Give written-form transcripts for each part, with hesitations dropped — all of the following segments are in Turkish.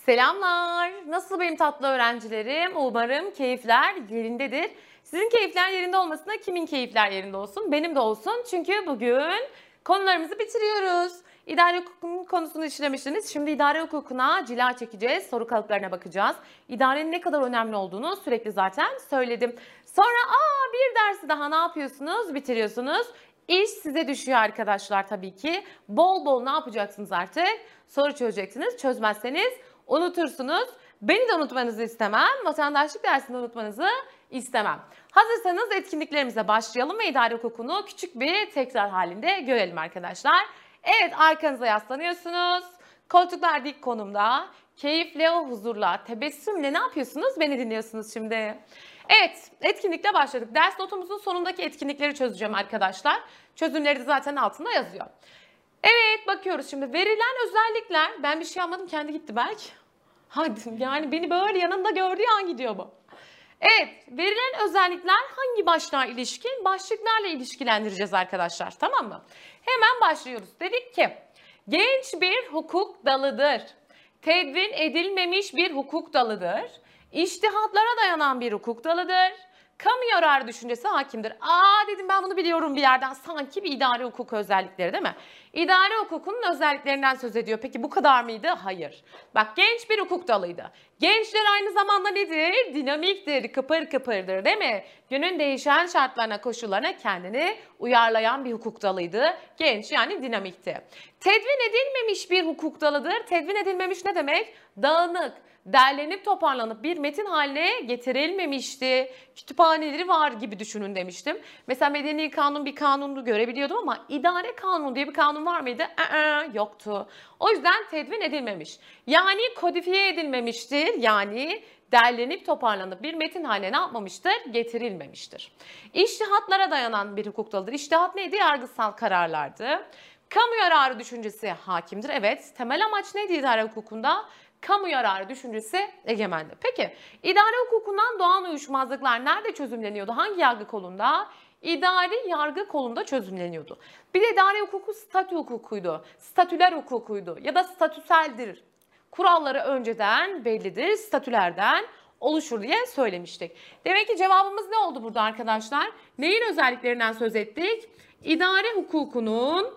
Selamlar. Nasıl benim tatlı öğrencilerim? Umarım keyifler yerindedir. Sizin keyifler yerinde olmasına kimin keyifler yerinde olsun? Benim de olsun. Çünkü bugün konularımızı bitiriyoruz. İdare hukukunun konusunu işlemiştiniz. Şimdi idare hukukuna cila çekeceğiz. Soru kalıplarına bakacağız. İdarenin ne kadar önemli olduğunu sürekli zaten söyledim. Sonra bir dersi daha ne yapıyorsunuz? Bitiriyorsunuz. İş size düşüyor arkadaşlar tabii ki. Bol bol ne yapacaksınız artık? Soru çözeceksiniz. Çözmezseniz unutursunuz. Beni de unutmanızı istemem. Vatandaşlık dersini unutmanızı istemem. Hazırsanız etkinliklerimize başlayalım ve idare hukukunu küçük bir tekrar halinde görelim arkadaşlar. Evet, arkanıza yaslanıyorsunuz. Koltuklar dik konumda. Keyifle, huzurla, tebessümle ne yapıyorsunuz? Beni dinliyorsunuz şimdi. Evet, etkinlikle başladık. Ders notumuzun sonundaki etkinlikleri çözeceğim arkadaşlar. Çözümleri de zaten altında yazıyor. Evet, bakıyoruz şimdi. Verilen özellikler, ben bir şey yapmadım, kendi gitti belki. Hadi yani beni böyle yanında gördüğü an gidiyor bu. Evet, verilen özellikler hangi başlığa ilişkin? Başlıklarla ilişkilendireceğiz arkadaşlar, tamam mı? Hemen başlıyoruz. Dedik ki genç bir hukuk dalıdır. Tedvin edilmemiş bir hukuk dalıdır. İçtihatlara dayanan bir hukuk dalıdır. Kamu yararı düşüncesi hakimdir. Dedim ben bunu biliyorum bir yerden. Sanki bir idare hukuku özellikleri değil mi? İdare hukukunun özelliklerinden söz ediyor. Peki bu kadar mıydı? Hayır. Bak, genç bir hukuk dalıydı. Gençler aynı zamanda nedir? Dinamiktir, kıpır kıpırdır değil mi? Günün değişen şartlarına, koşullarına kendini uyarlayan bir hukuk dalıydı. Genç yani dinamikti. Tedvin edilmemiş bir hukuk dalıdır. Tedvin edilmemiş ne demek? Dağınık, derlenip toparlanıp bir metin haline getirilmemişti. Kütüphaneleri var gibi düşünün demiştim. Mesela medeni kanun bir kanunu görebiliyordum ama idare kanunu diye bir kanun var mıydı? Yoktu. O yüzden tedvin edilmemiş. Yani kodifiye edilmemiştir. Yani derlenip toparlanıp bir metin haline ne yapmamıştır? Getirilmemiştir. İçtihatlara dayanan bir hukuk dalıdır. İçtihat neydi? Yargısal kararlardı. Kamu yararı düşüncesi hakimdir. Evet, temel amaç neydi idare hukukunda? Kamu yararı düşüncesi egemendi. Peki, idare hukukundan doğan uyuşmazlıklar nerede çözümleniyordu? Hangi yargı kolunda? İdari yargı kolunda çözümleniyordu. Bir de idare hukuku statü hukukuydu. Statüler hukukuydu ya da statüseldir. Kuralları önceden bellidir, statülerden oluşur diye söylemiştik. Demek ki cevabımız ne oldu burada arkadaşlar? Neyin özelliklerinden söz ettik? İdare hukukunun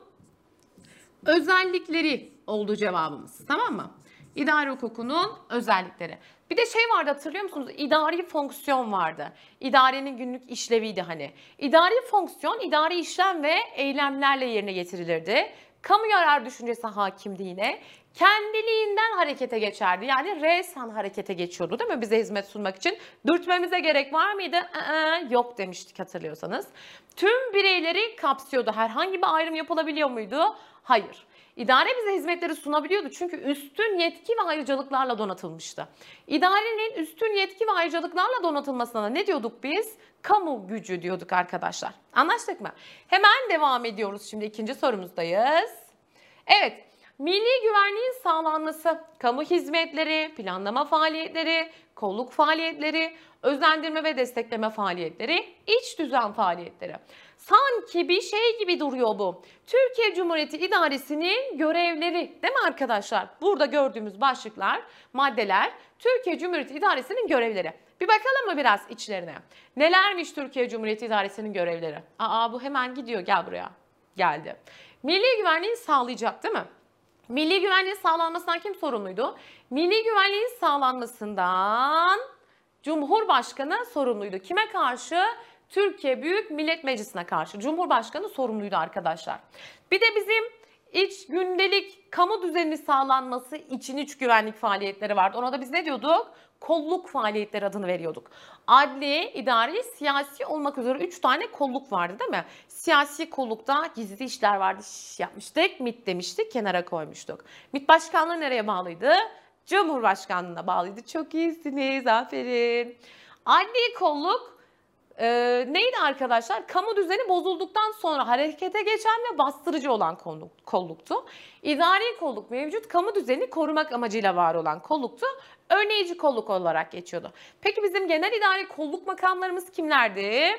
özellikleri oldu cevabımız. Tamam mı? İdare hukukunun özellikleri. Bir de şey vardı, hatırlıyor musunuz? İdari fonksiyon vardı. İdarenin günlük işleviydi hani. İdari fonksiyon, idari işlem ve eylemlerle yerine getirilirdi. Kamu yararı düşüncesi hakimdi yine. Kendiliğinden harekete geçerdi. Yani resen harekete geçiyordu değil mi? Bize hizmet sunmak için. Dürtmemize gerek var mıydı? Yok demiştik hatırlıyorsanız. Tüm bireyleri kapsıyordu. Herhangi bir ayrım yapılabiliyor muydu? Hayır. İdare bize hizmetleri sunabiliyordu çünkü üstün yetki ve ayrıcalıklarla donatılmıştı. İdarenin üstün yetki ve ayrıcalıklarla donatılmasına ne diyorduk biz? Kamu gücü diyorduk arkadaşlar. Anlaştık mı? Hemen devam ediyoruz, şimdi ikinci sorumuzdayız. Evet, milli güvenliğin sağlanması, kamu hizmetleri, planlama faaliyetleri, kolluk faaliyetleri, özendirme ve destekleme faaliyetleri, iç düzen faaliyetleri. Sanki bir şey gibi duruyor bu. Türkiye Cumhuriyeti İdaresi'nin görevleri değil mi arkadaşlar? Burada gördüğümüz başlıklar, maddeler Türkiye Cumhuriyeti İdaresi'nin görevleri. Bir bakalım mı biraz içlerine? Nelermiş Türkiye Cumhuriyeti İdaresi'nin görevleri? Bu hemen gidiyor, gel buraya. Geldi. Milli güvenliği sağlayacak değil mi? Milli güvenliğin sağlanmasından kim sorumluydu? Milli güvenliğin sağlanmasından Cumhurbaşkanı sorumluydu. Kime karşı? Türkiye Büyük Millet Meclisi'ne karşı. Cumhurbaşkanı sorumluydu arkadaşlar. Bir de bizim iç gündelik kamu düzenini sağlanması için iç güvenlik faaliyetleri vardı. Ona da biz ne diyorduk? Kolluk faaliyetleri adını veriyorduk. Adli, idari, siyasi olmak üzere 3 tane kolluk vardı değil mi? Siyasi kollukta gizli işler vardı, yapmıştık. MİT demiştik, kenara koymuştuk. MİT başkanlığı nereye bağlıydı? Cumhurbaşkanlığına bağlıydı. Çok iyisiniz, aferin. Adli kolluk neydi arkadaşlar? Kamu düzeni bozulduktan sonra harekete geçen ve bastırıcı olan kolluktu. İdari kolluk mevcut kamu düzenini korumak amacıyla var olan kolluktu. Önleyici kolluk olarak geçiyordu. Peki bizim genel idari kolluk makamlarımız kimlerdi?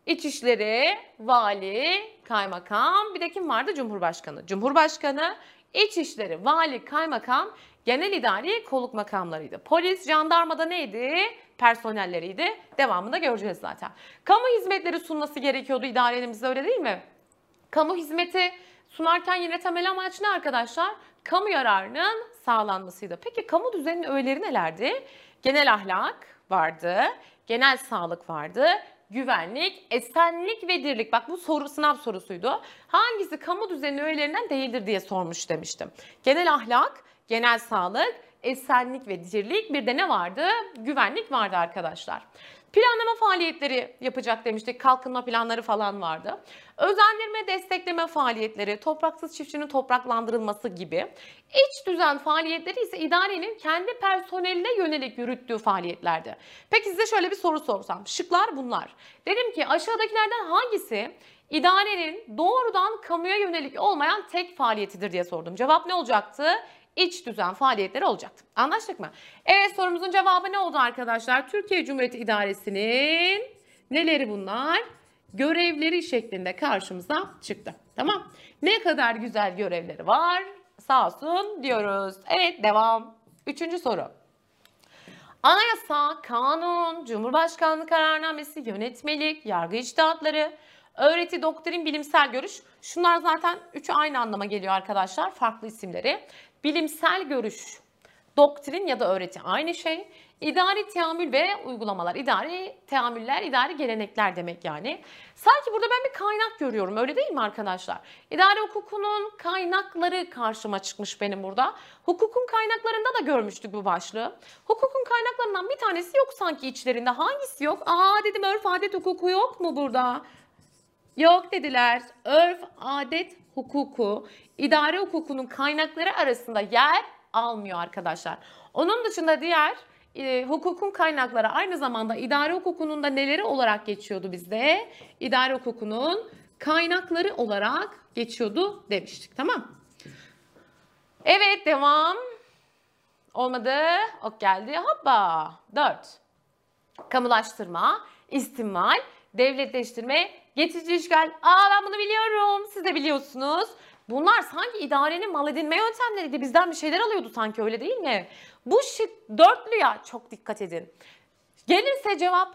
İçişleri, vali, kaymakam, bir de kim vardı? Cumhurbaşkanı. Cumhurbaşkanı İçişleri, vali, kaymakam, genel idari kolluk makamlarıydı. Polis, jandarmada neydi? Personelleriydi. Devamında göreceğiz zaten. Kamu hizmetleri sunması gerekiyordu idarelerimize, öyle değil mi? Kamu hizmeti sunarken yine temel amaç ne arkadaşlar? Kamu yararının sağlanmasıydı. Peki kamu düzeninin öğeleri nelerdi? Genel ahlak vardı, genel sağlık vardı, güvenlik, esenlik ve dirlik. Bak bu sınav sorusuydu. Hangisi kamu düzeninin öğelerinden değildir diye sormuş demiştim. Genel ahlak, genel sağlık, esenlik ve dirlik, bir de ne vardı? Güvenlik vardı arkadaşlar. Planlama faaliyetleri yapacak demiştik. Kalkınma planları falan vardı. Özendirme, destekleme faaliyetleri, topraksız çiftçinin topraklandırılması gibi. İç düzen faaliyetleri ise idarenin kendi personeline yönelik yürüttüğü faaliyetlerdi. Peki size şöyle bir soru sorsam. Şıklar bunlar. Dedim ki aşağıdakilerden hangisi idarenin doğrudan kamuya yönelik olmayan tek faaliyetidir diye sordum. Cevap ne olacaktı? İç düzen faaliyetleri olacaktı. Anlaştık mı? Evet, sorumuzun cevabı ne oldu arkadaşlar? Türkiye Cumhuriyeti İdaresi'nin neleri bunlar? Görevleri şeklinde karşımıza çıktı. Tamam. Ne kadar güzel görevleri var. Sağ olsun diyoruz. Evet, devam. Üçüncü soru. Anayasa, kanun, Cumhurbaşkanlığı kararnamesi, yönetmelik, yargı içtihatları, öğreti, doktrin, bilimsel görüş. Şunlar zaten üçü aynı anlama geliyor arkadaşlar. Farklı isimleri. Bilimsel görüş, doktrin ya da öğreti aynı şey. İdari teamül ve uygulamalar. İdari teamüller, idari gelenekler demek yani. Sanki burada ben bir kaynak görüyorum, öyle değil mi arkadaşlar? İdari hukukunun kaynakları karşıma çıkmış benim burada. Hukukun kaynaklarında da görmüştük bu başlığı. Hukukun kaynaklarından bir tanesi yok sanki içlerinde. Hangisi yok? Aa dedim, örf adet hukuku yok mu burada? Yok dediler. Örf adet hukuku, idare hukukunun kaynakları arasında yer almıyor arkadaşlar. Onun dışında diğer hukukun kaynakları aynı zamanda idare hukukunun da neleri olarak geçiyordu bizde? İdare hukukunun kaynakları olarak geçiyordu demiştik, tamam. Evet, devam. Olmadı. Ok geldi. Hoppa. 4. Kamulaştırma, istimval, devletleştirme, geçici işgal. Aa ben bunu biliyorum. Siz de biliyorsunuz. Bunlar sanki idarenin mal edinme yöntemleriydi. Bizden bir şeyler alıyordu sanki, öyle değil mi? Bu şık dörtlüye çok dikkat edin. Gelirse cevap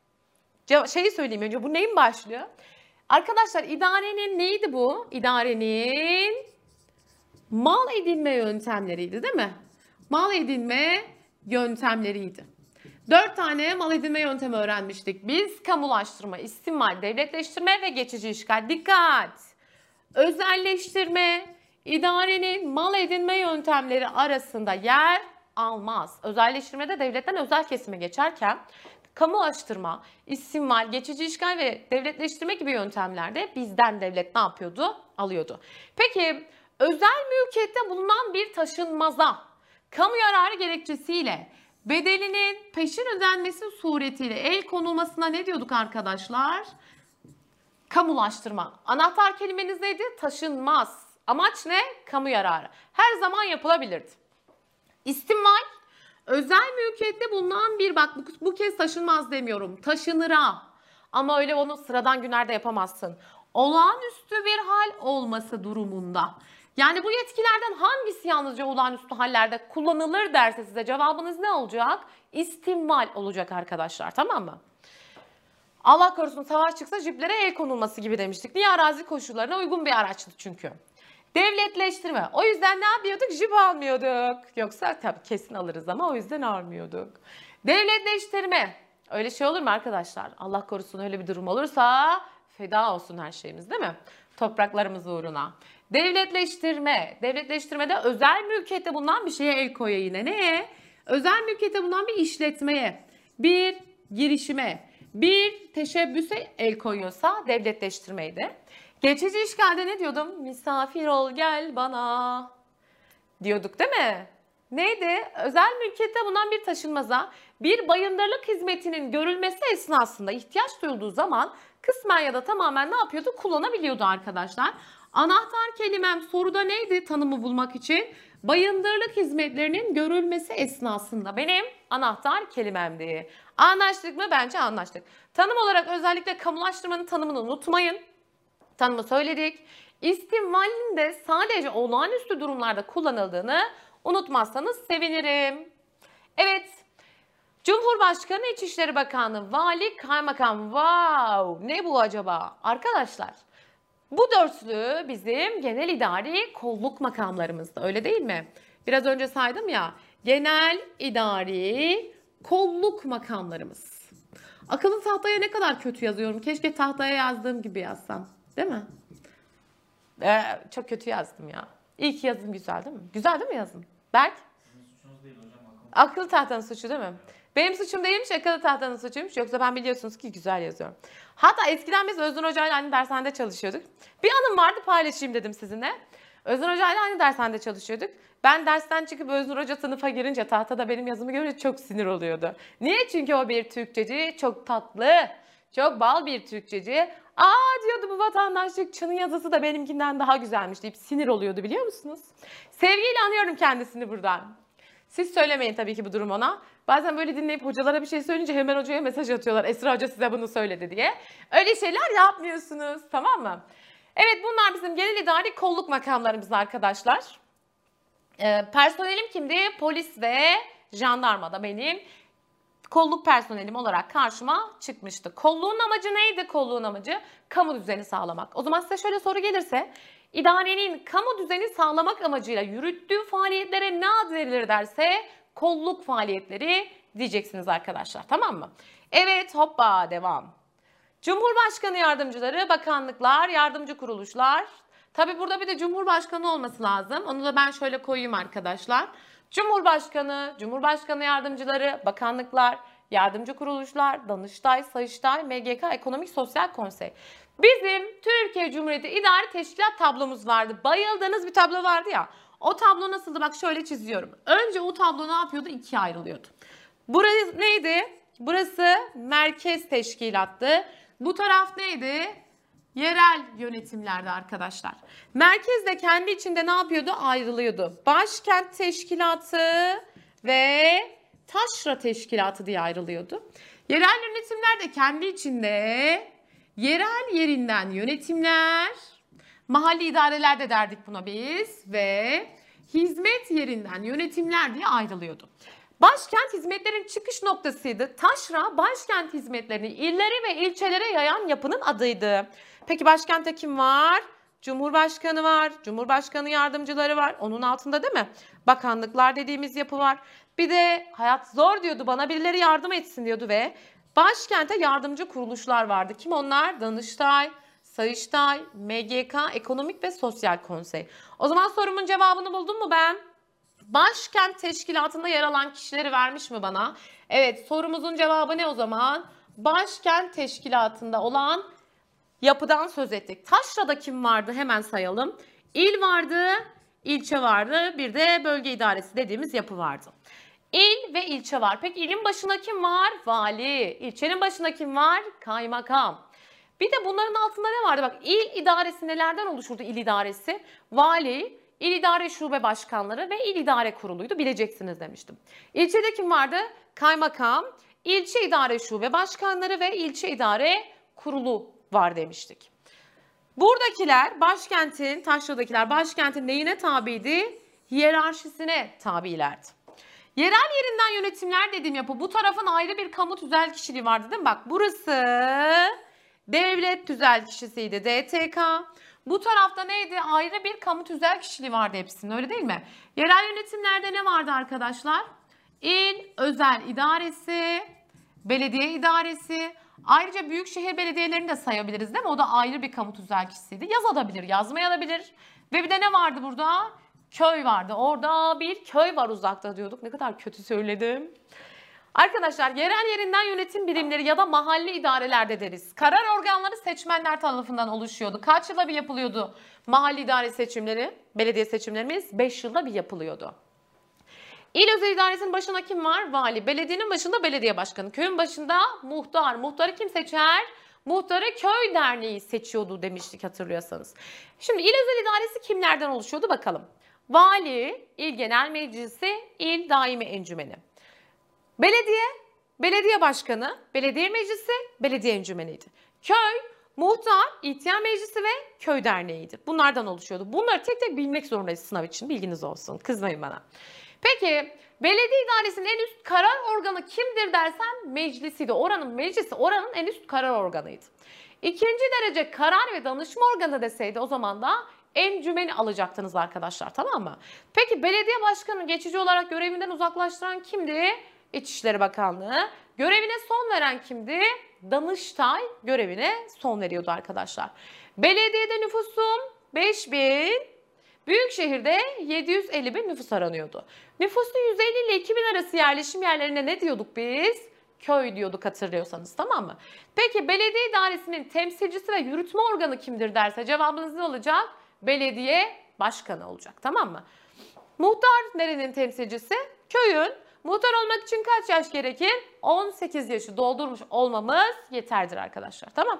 şeyi söyleyeyim önce, bu neyin başlığı? Arkadaşlar idarenin neydi bu? İdarenin mal edinme yöntemleriydi değil mi? Mal edinme yöntemleriydi. 4 tane mal edinme yöntemi öğrenmiştik. Biz kamulaştırma, istimval, devletleştirme ve geçici işgal. Dikkat! Özelleştirme, idarenin mal edinme yöntemleri arasında yer almaz. Özelleştirmede devletten özel kesime geçerken kamulaştırma, istimval, geçici işgal ve devletleştirme gibi yöntemlerde bizden devlet ne yapıyordu? Alıyordu. Peki özel mülkiyette bulunan bir taşınmaza kamu yararı gerekçesiyle bedelinin peşin ödenmesi suretiyle el konulmasına ne diyorduk arkadaşlar? Kamulaştırma. Anahtar kelimeniz neydi? Taşınmaz. Amaç ne? Kamu yararı. Her zaman yapılabilirdi. İstimval, özel mülkiyette bulunan bir, bak bu kez taşınmaz demiyorum, taşınıra. Ama öyle onu sıradan günlerde yapamazsın. Olağanüstü bir hal olması durumunda. Yani bu yetkilerden hangisi yalnızca olağanüstü hallerde kullanılır derse size cevabınız ne olacak? İstimval olacak arkadaşlar, tamam mı? Allah korusun savaş çıksa jiplere el konulması gibi demiştik. Niye? Arazi koşullarına uygun bir araçtı çünkü. Devletleştirme. O yüzden ne yapıyorduk? Jip almıyorduk. Yoksa tabii kesin alırız ama o yüzden almıyorduk. Devletleştirme. Öyle şey olur mu arkadaşlar? Allah korusun öyle bir durum olursa feda olsun her şeyimiz, değil mi? Topraklarımız uğruna. Devletleştirme. Devletleştirmede özel mülkiyette bulunan bir şeye el koyuyor yine. Neye? Özel mülkiyette bulunan bir işletmeye, bir girişime, bir teşebbüse el koyuyorsa devletleştirmeydi. Geçici işgalde ne diyordum? Misafir ol gel bana diyorduk değil mi? Neydi? Özel mülkiyette bulunan bir taşınmaza bir bayındırlık hizmetinin görülmesi esnasında ihtiyaç duyulduğu zaman kısmen ya da tamamen ne yapıyordu? Kullanabiliyordu arkadaşlar. Anahtar kelimem soruda neydi tanımı bulmak için? Bayındırlık hizmetlerinin görülmesi esnasında benim anahtar kelimemdi. Anlaştık mı? Bence anlaştık. Tanım olarak özellikle kamulaştırmanın tanımını unutmayın. Tanımı söyledik. İstimvalin de sadece olağanüstü durumlarda kullanıldığını unutmazsanız sevinirim. Evet, Cumhurbaşkanı, İçişleri Bakanı, Vali, Kaymakam. Wow, ne bu acaba? Arkadaşlar, bu dörtlü bizim genel idari kolluk makamlarımızda, öyle değil mi? Biraz önce saydım ya, genel idari kolluk makamlarımız. Akıllı tahtaya ne kadar kötü yazıyorum. Keşke tahtaya yazdığım gibi yazsam. Değil mi? Çok kötü yazdım ya. İyi ki yazım güzel değil mi? Güzel değil mi yazım? Berk? Suçunuz değil hocam. Akıllı tahtanın suçu değil mi? Benim suçum değilmiş, akıllı tahtanın suçuymuş. Yoksa ben biliyorsunuz ki güzel yazıyorum. Hatta eskiden biz Özgür Hoca'yla aynı dershanede çalışıyorduk. Bir anım vardı, paylaşayım dedim sizinle. Özgür Hoca'yla aynı dershanede çalışıyorduk. Ben dersten çıkıp Özgür Hoca sınıfa girince tahtada benim yazımı görünce çok sinir oluyordu. Niye? Çünkü o bir Türkçeci, çok tatlı, çok bal bir Türkçeci. Aa diyordu, bu vatandaşlıkçının yazısı da benimkinden daha güzelmiş deyip sinir oluyordu, biliyor musunuz? Sevgiyle anıyorum kendisini buradan. Siz söylemeyin tabii ki bu durum ona. Bazen böyle dinleyip hocalara bir şey söyleyince hemen hocaya mesaj atıyorlar. Esra Hoca size bunu söyledi diye. Öyle şeyler yapmıyorsunuz, tamam mı? Evet, bunlar bizim genel idari kolluk makamlarımız arkadaşlar. Personelim kimdi? Polis ve jandarma da benim kolluk personelim olarak karşıma çıkmıştı. Kolluğun amacı neydi? Kolluğun amacı kamu düzeni sağlamak. O zaman size şöyle soru gelirse, idarenin kamu düzeni sağlamak amacıyla yürüttüğü faaliyetlere ne ad verilir derse, kolluk faaliyetleri diyeceksiniz arkadaşlar, tamam mı? Evet, hoppa devam. Cumhurbaşkanı yardımcıları, bakanlıklar, yardımcı kuruluşlar. Tabi burada bir de Cumhurbaşkanı olması lazım. Onu da ben şöyle koyayım arkadaşlar. Cumhurbaşkanı, Cumhurbaşkanı yardımcıları, bakanlıklar, yardımcı kuruluşlar, Danıştay, Sayıştay, MGK, Ekonomik Sosyal Konsey. Bizim Türkiye Cumhuriyeti İdari Teşkilat tablomuz vardı. Bayıldığınız bir tablo vardı ya. O tablo nasıldı? Bak şöyle çiziyorum. Önce o tablo ne yapıyordu? İkiye ayrılıyordu. Burası neydi? Burası merkez teşkilattı. Bu taraf neydi? Yerel yönetimlerde arkadaşlar. Merkez de kendi içinde ne yapıyordu? Ayrılıyordu. Başkent teşkilatı ve taşra teşkilatı diye ayrılıyordu. Yerel yönetimler de kendi içinde yerel yerinden yönetimler, mahalli idareler de derdik buna biz, ve hizmet yerinden yönetimler diye ayrılıyordu. Başkent hizmetlerin çıkış noktasıydı. Taşra, başkent hizmetlerini illere ve ilçelere yayan yapının adıydı. Peki başkentte kim var? Cumhurbaşkanı var, Cumhurbaşkanı yardımcıları var. Onun altında değil mi? Bakanlıklar dediğimiz yapı var. Bir de hayat zor diyordu, bana birileri yardım etsin diyordu ve başkente yardımcı kuruluşlar vardı. Kim onlar? Danıştay, Sayıştay, MGK, Ekonomik ve Sosyal Konsey. O zaman sorumun cevabını buldum mu ben? Başkent teşkilatında yer alan kişileri vermiş mi bana? Evet, sorumuzun cevabı ne o zaman? Başkent teşkilatında olan yapıdan söz ettik. Taşra'da kim vardı? Hemen sayalım. İl vardı, ilçe vardı, bir de bölge idaresi dediğimiz yapı vardı. İl ve ilçe var. Peki ilin başına kim var? Vali. İlçenin başına kim var? Kaymakam. Bir de bunların altında ne vardı? Bak, il idaresi nelerden oluşurdu? İl idaresi, vali, İl İdare Şube Başkanları ve İl İdare Kurulu'ydu. Bileceksiniz demiştim. İlçede kim vardı? Kaymakam, İlçe İdare Şube Başkanları ve İlçe İdare Kurulu var demiştik. Buradakiler başkentin, Taşra'dakiler başkentin neyine tabiydi? Hiyerarşisine tabilerdi. Yerel yerinden yönetimler dediğim yapı, bu tarafın ayrı bir kamu tüzel kişiliği vardı değil mi? Bak burası devlet tüzel kişisiydi, DTK. Bu tarafta neydi? Ayrı bir kamu tüzel kişiliği vardı hepsinin, öyle değil mi? Yerel yönetimlerde ne vardı arkadaşlar? İl özel idaresi, belediye idaresi. Ayrıca büyükşehir belediyelerini de sayabiliriz değil mi? O da ayrı bir kamu tüzel kişisiydi. Yazabilir, yazmayabilir. Ve bir de ne vardı burada? Köy vardı. Orada bir köy var uzakta diyorduk. Ne kadar kötü söyledim. Arkadaşlar, yerel yerinden yönetim birimleri ya da mahalli idarelerde deriz. Karar organları seçmenler tarafından oluşuyordu. Kaç yılda bir yapılıyordu mahalli idare seçimleri? Belediye seçimlerimiz 5 yılda bir yapılıyordu. İl özel idaresinin başına kim var? Vali. Belediyenin başında belediye başkanı. Köyün başında muhtar. Muhtarı kim seçer? Muhtarı köy derneği seçiyordu demiştik, hatırlıyorsanız. Şimdi il özel idaresi kimlerden oluşuyordu bakalım. Vali, il genel meclisi, il daimi encümeni. Belediye, belediye başkanı, belediye meclisi, belediye encümeniydi. Köy, Muhtar, ihtiyar meclisi ve köy derneğiydi. Bunlardan oluşuyordu. Bunları tek tek bilmek zorundayız sınav için. Bilginiz olsun. Kızmayın bana. Peki belediye idaresinin en üst karar organı kimdir dersen meclisiydi. Meclisi oranın en üst karar organıydı. İkinci derece karar ve danışma organı deseydi o zaman da encümeni alacaktınız arkadaşlar, tamam mı? Peki belediye başkanı geçici olarak görevinden uzaklaştıran kimdi? İçişleri Bakanlığı. Görevine son veren kimdi? Danıştay görevine son veriyordu arkadaşlar. Belediyede nüfusum 5000, büyükşehirde 750 bin nüfus aranıyordu. Nüfuslu 150 ile 2000 arası yerleşim yerlerine ne diyorduk biz? Köy diyorduk, hatırlıyorsanız, tamam mı? Peki belediye idaresinin temsilcisi ve yürütme organı kimdir derse cevabınız ne olacak? Belediye başkanı olacak, tamam mı? Muhtar nerenin temsilcisi? Köyün. Muhtar olmak için kaç yaş gerekir? 18 yaşı doldurmuş olmamız yeterdir arkadaşlar, tamam.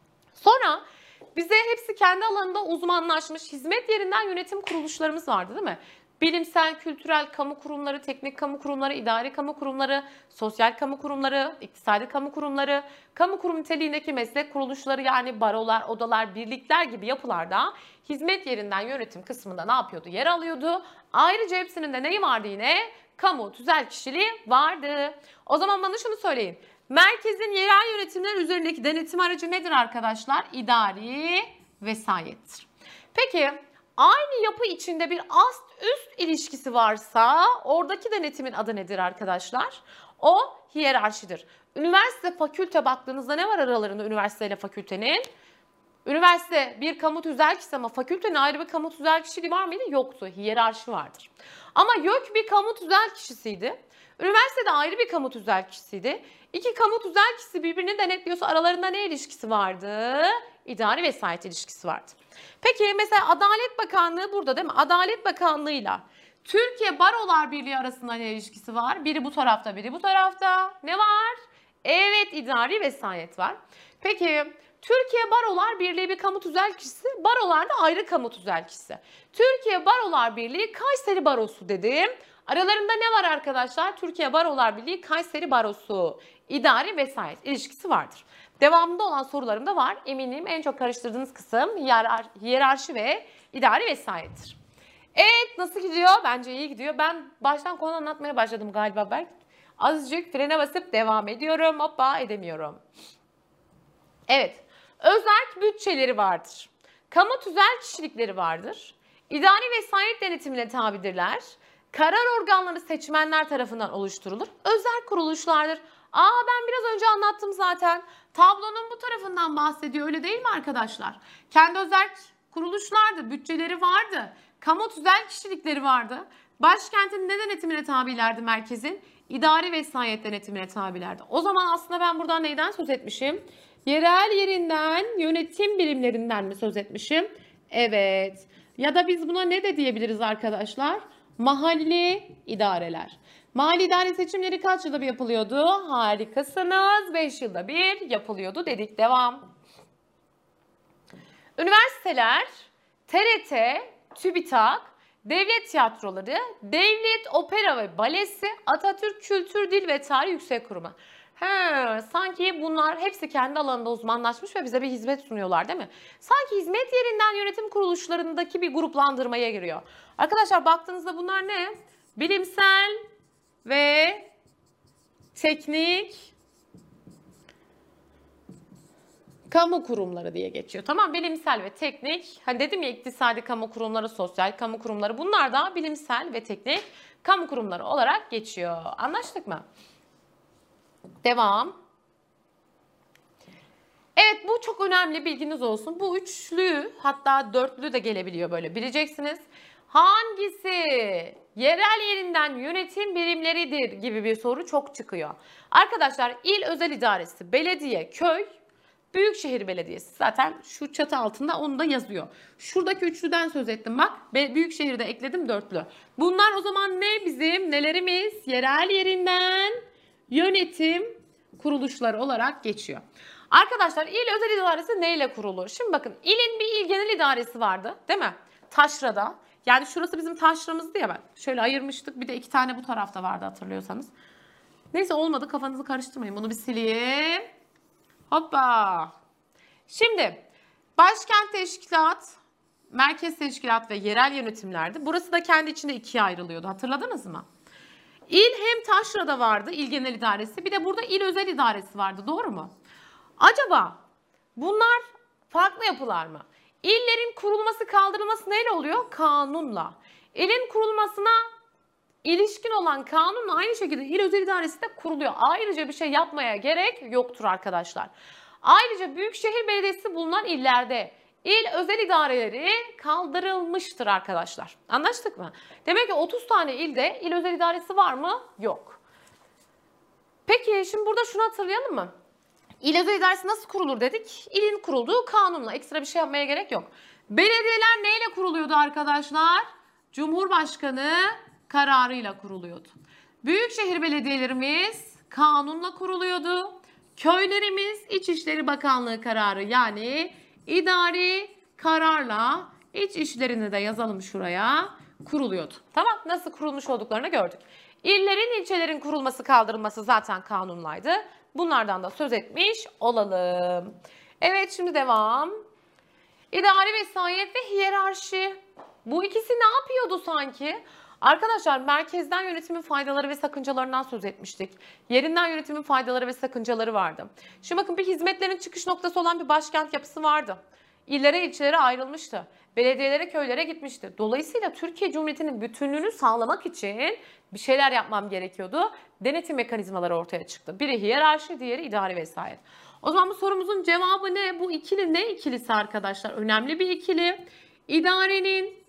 Sonra bize hepsi kendi alanında uzmanlaşmış hizmet yerinden yönetim kuruluşlarımız vardı, değil mi? Bilimsel, kültürel kamu kurumları, teknik kamu kurumları, idari kamu kurumları, sosyal kamu kurumları, iktisadi kamu kurumları, kamu kurum niteliğindeki meslek kuruluşları yani barolar, odalar, birlikler gibi yapılarda hizmet yerinden yönetim kısmında ne yapıyordu? Yer alıyordu. Ayrıca hepsinin de neyi vardı yine? Kamu tüzel kişiliği vardı. O zaman bana şunu söyleyin. Merkezin yerel yönetimler üzerindeki denetim aracı nedir arkadaşlar? İdari vesayettir. Peki aynı yapı içinde bir ast üst ilişkisi varsa oradaki denetimin adı nedir arkadaşlar? O hiyerarşidir. Üniversite, fakülte baktığınızda ne var aralarında üniversite ile fakültenin? Üniversite bir kamu tüzel kişisi ama fakültenin ayrı bir kamu tüzel kişiliği var mıydı? Yoktu. Hiyerarşi vardır. Ama YÖK bir kamu tüzel kişisiydi. Üniversitede ayrı bir kamu tüzel kişisiydi. İki kamu tüzel kişisi birbirini denetliyorsa aralarında ne ilişkisi vardı? İdari vesayet ilişkisi vardı. Peki mesela Adalet Bakanlığı burada, değil mi? Adalet Bakanlığı'yla Türkiye Barolar Birliği arasında ne ilişkisi var? Biri bu tarafta, biri bu tarafta. Ne var? Evet, idari vesayet var. Peki Türkiye Barolar Birliği bir kamu tüzel kişisi, barolar da ayrı kamu tüzel kişisi. Türkiye Barolar Birliği Kayseri Barosu dedim. Aralarında ne var arkadaşlar? Türkiye Barolar Birliği Kayseri Barosu. İdari vesayet ilişkisi vardır. Devamında olan sorularım da var. Eminim en çok karıştırdığınız kısım hiyerarşi ve idari vesayettir. Evet, nasıl gidiyor? Bence iyi gidiyor. Ben baştan konu anlatmaya başladım galiba Berk. Azıcık frene basıp devam ediyorum. Hoppa, edemiyorum. Evet, özerk bütçeleri vardır. Kamu tüzel kişilikleri vardır. İdari vesayet denetimine tabidirler. Karar organları seçmenler tarafından oluşturulur. Özel kuruluşlardır. Ben biraz önce anlattım zaten. Tablonun bu tarafından bahsediyor, öyle değil mi arkadaşlar? Kendi özel kuruluşlardı, bütçeleri vardı. Kamu tüzel kişilikleri vardı. Başkentin ne denetimine tabilerdi merkezin? İdari vesayet denetimine tabilerdi. O zaman aslında ben buradan neyden söz etmişim? Yerel yerinden, yönetim birimlerinden mi söz etmişim? Evet. Ya da biz buna ne de diyebiliriz arkadaşlar? Mahalli idareler. Mahalli idare seçimleri kaç yılda bir yapılıyordu? Harikasınız. 5 yılda bir yapılıyordu dedik. Devam. Üniversiteler, TRT, TÜBİTAK, devlet tiyatroları, devlet opera ve balesi, Atatürk Kültür Dil ve Tarih Yüksek Kurumu. Sanki bunlar hepsi kendi alanında uzmanlaşmış ve bize bir hizmet sunuyorlar, değil mi? Sanki hizmet yerinden yönetim kuruluşlarındaki bir gruplandırmaya giriyor. Arkadaşlar baktığınızda bunlar ne? Bilimsel ve teknik kamu kurumları diye geçiyor. Tamam, bilimsel ve teknik. Hani dedim ya, iktisadi kamu kurumları, sosyal kamu kurumları, bunlar da bilimsel ve teknik kamu kurumları olarak geçiyor. Anlaştık mı? Devam. Evet, bu çok önemli, bilginiz olsun. Bu üçlü, hatta dörtlü de gelebiliyor, böyle bileceksiniz. Hangisi yerel yerinden yönetim birimleridir gibi bir soru çok çıkıyor. Arkadaşlar il özel idaresi, belediye, köy, büyükşehir belediyesi. Zaten şu çatı altında onu da yazıyor. Şuradaki üçlüden söz ettim bak. Büyükşehir'i de ekledim, dörtlü. Bunlar o zaman ne bizim nelerimiz? Yerel yerinden yönetim kuruluşları olarak geçiyor. Arkadaşlar il özel idaresi neyle kurulur? Şimdi bakın, ilin bir il genel idaresi vardı, değil mi? Taşra'da. Yani şurası bizim taşramızdı ya, ben. Şöyle ayırmıştık. Bir de 2 tane bu tarafta vardı, hatırlıyorsanız. Neyse, olmadı, kafanızı karıştırmayın. Bunu bir sileyim. Hoppa. Şimdi başkent teşkilat, merkez teşkilat ve yerel yönetimlerdi. Burası da kendi içinde ikiye ayrılıyordu. Hatırladınız mı? İl hem taşrada vardı, il genel idaresi. Bir de burada il özel idaresi vardı. Doğru mu? Acaba bunlar farklı yapılar mı? İllerin kurulması, kaldırılması neyle oluyor? Kanunla. İlin kurulmasına ilişkin olan kanunla aynı şekilde il özel idaresi de kuruluyor. Ayrıca bir şey yapmaya gerek yoktur arkadaşlar. Ayrıca Büyükşehir Belediyesi bulunan illerde il özel idareleri kaldırılmıştır arkadaşlar. Anlaştık mı? Demek ki 30 tane ilde il özel idaresi var mı? Yok. Peki şimdi burada şunu hatırlayalım mı? İl özel idaresi nasıl kurulur dedik? İlin kurulduğu kanunla. Ekstra bir şey yapmaya gerek yok. Belediyeler neyle kuruluyordu arkadaşlar? Cumhurbaşkanı kararıyla kuruluyordu. Büyükşehir belediyelerimiz kanunla kuruluyordu. Köylerimiz İçişleri Bakanlığı kararı yani idari kararla iç işlerini de yazalım şuraya kuruluyordu. Tamam, nasıl kurulmuş olduklarını gördük. İllerin, ilçelerin kurulması, kaldırılması zaten kanunlaydı. Bunlardan da söz etmiş olalım. Evet, şimdi devam. İdari vesayet ve hiyerarşi. Bu ikisi ne yapıyordu sanki? Arkadaşlar merkezden yönetimin faydaları ve sakıncalarından söz etmiştik. Yerinden yönetimin faydaları ve sakıncaları vardı. Şimdi bakın bir hizmetlerin çıkış noktası olan bir başkent yapısı vardı. İllere, ilçelere ayrılmıştı. Belediyelere, köylere gitmişti. Dolayısıyla Türkiye Cumhuriyeti'nin bütünlüğünü sağlamak için bir şeyler yapmam gerekiyordu. Denetim mekanizmaları ortaya çıktı. Biri hiyerarşi, diğeri idari vesayet. O zaman bu sorumuzun cevabı ne? Bu ikili ne ikilisi arkadaşlar? Önemli bir ikili. İdarenin